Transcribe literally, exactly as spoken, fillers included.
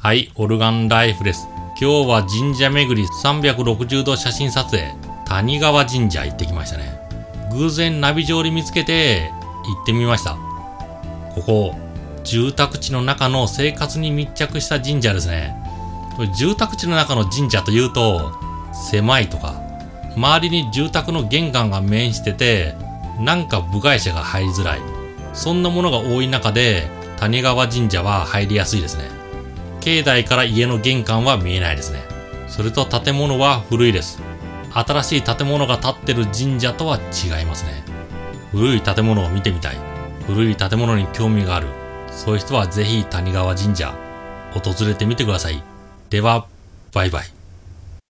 はい、オルガンライフです。今日は神社巡りさんびゃくろくじゅうど写真撮影、谷川神社行ってきましたね。偶然ナビ上に見つけて行ってみました。ここ、住宅地の中の生活に密着した神社ですね。住宅地の中の神社というと、狭いとか、周りに住宅の玄関が面してて、なんか部外者が入りづらい。そんなものが多い中で、谷川神社は入りやすいですね。境内から家の玄関は見えないですね。それと建物は古いです。新しい建物が建ってる神社とは違いますね。古い建物を見てみたい。古い建物に興味がある。そういう人はぜひ谷川神社訪れてみてください。では、バイバイ。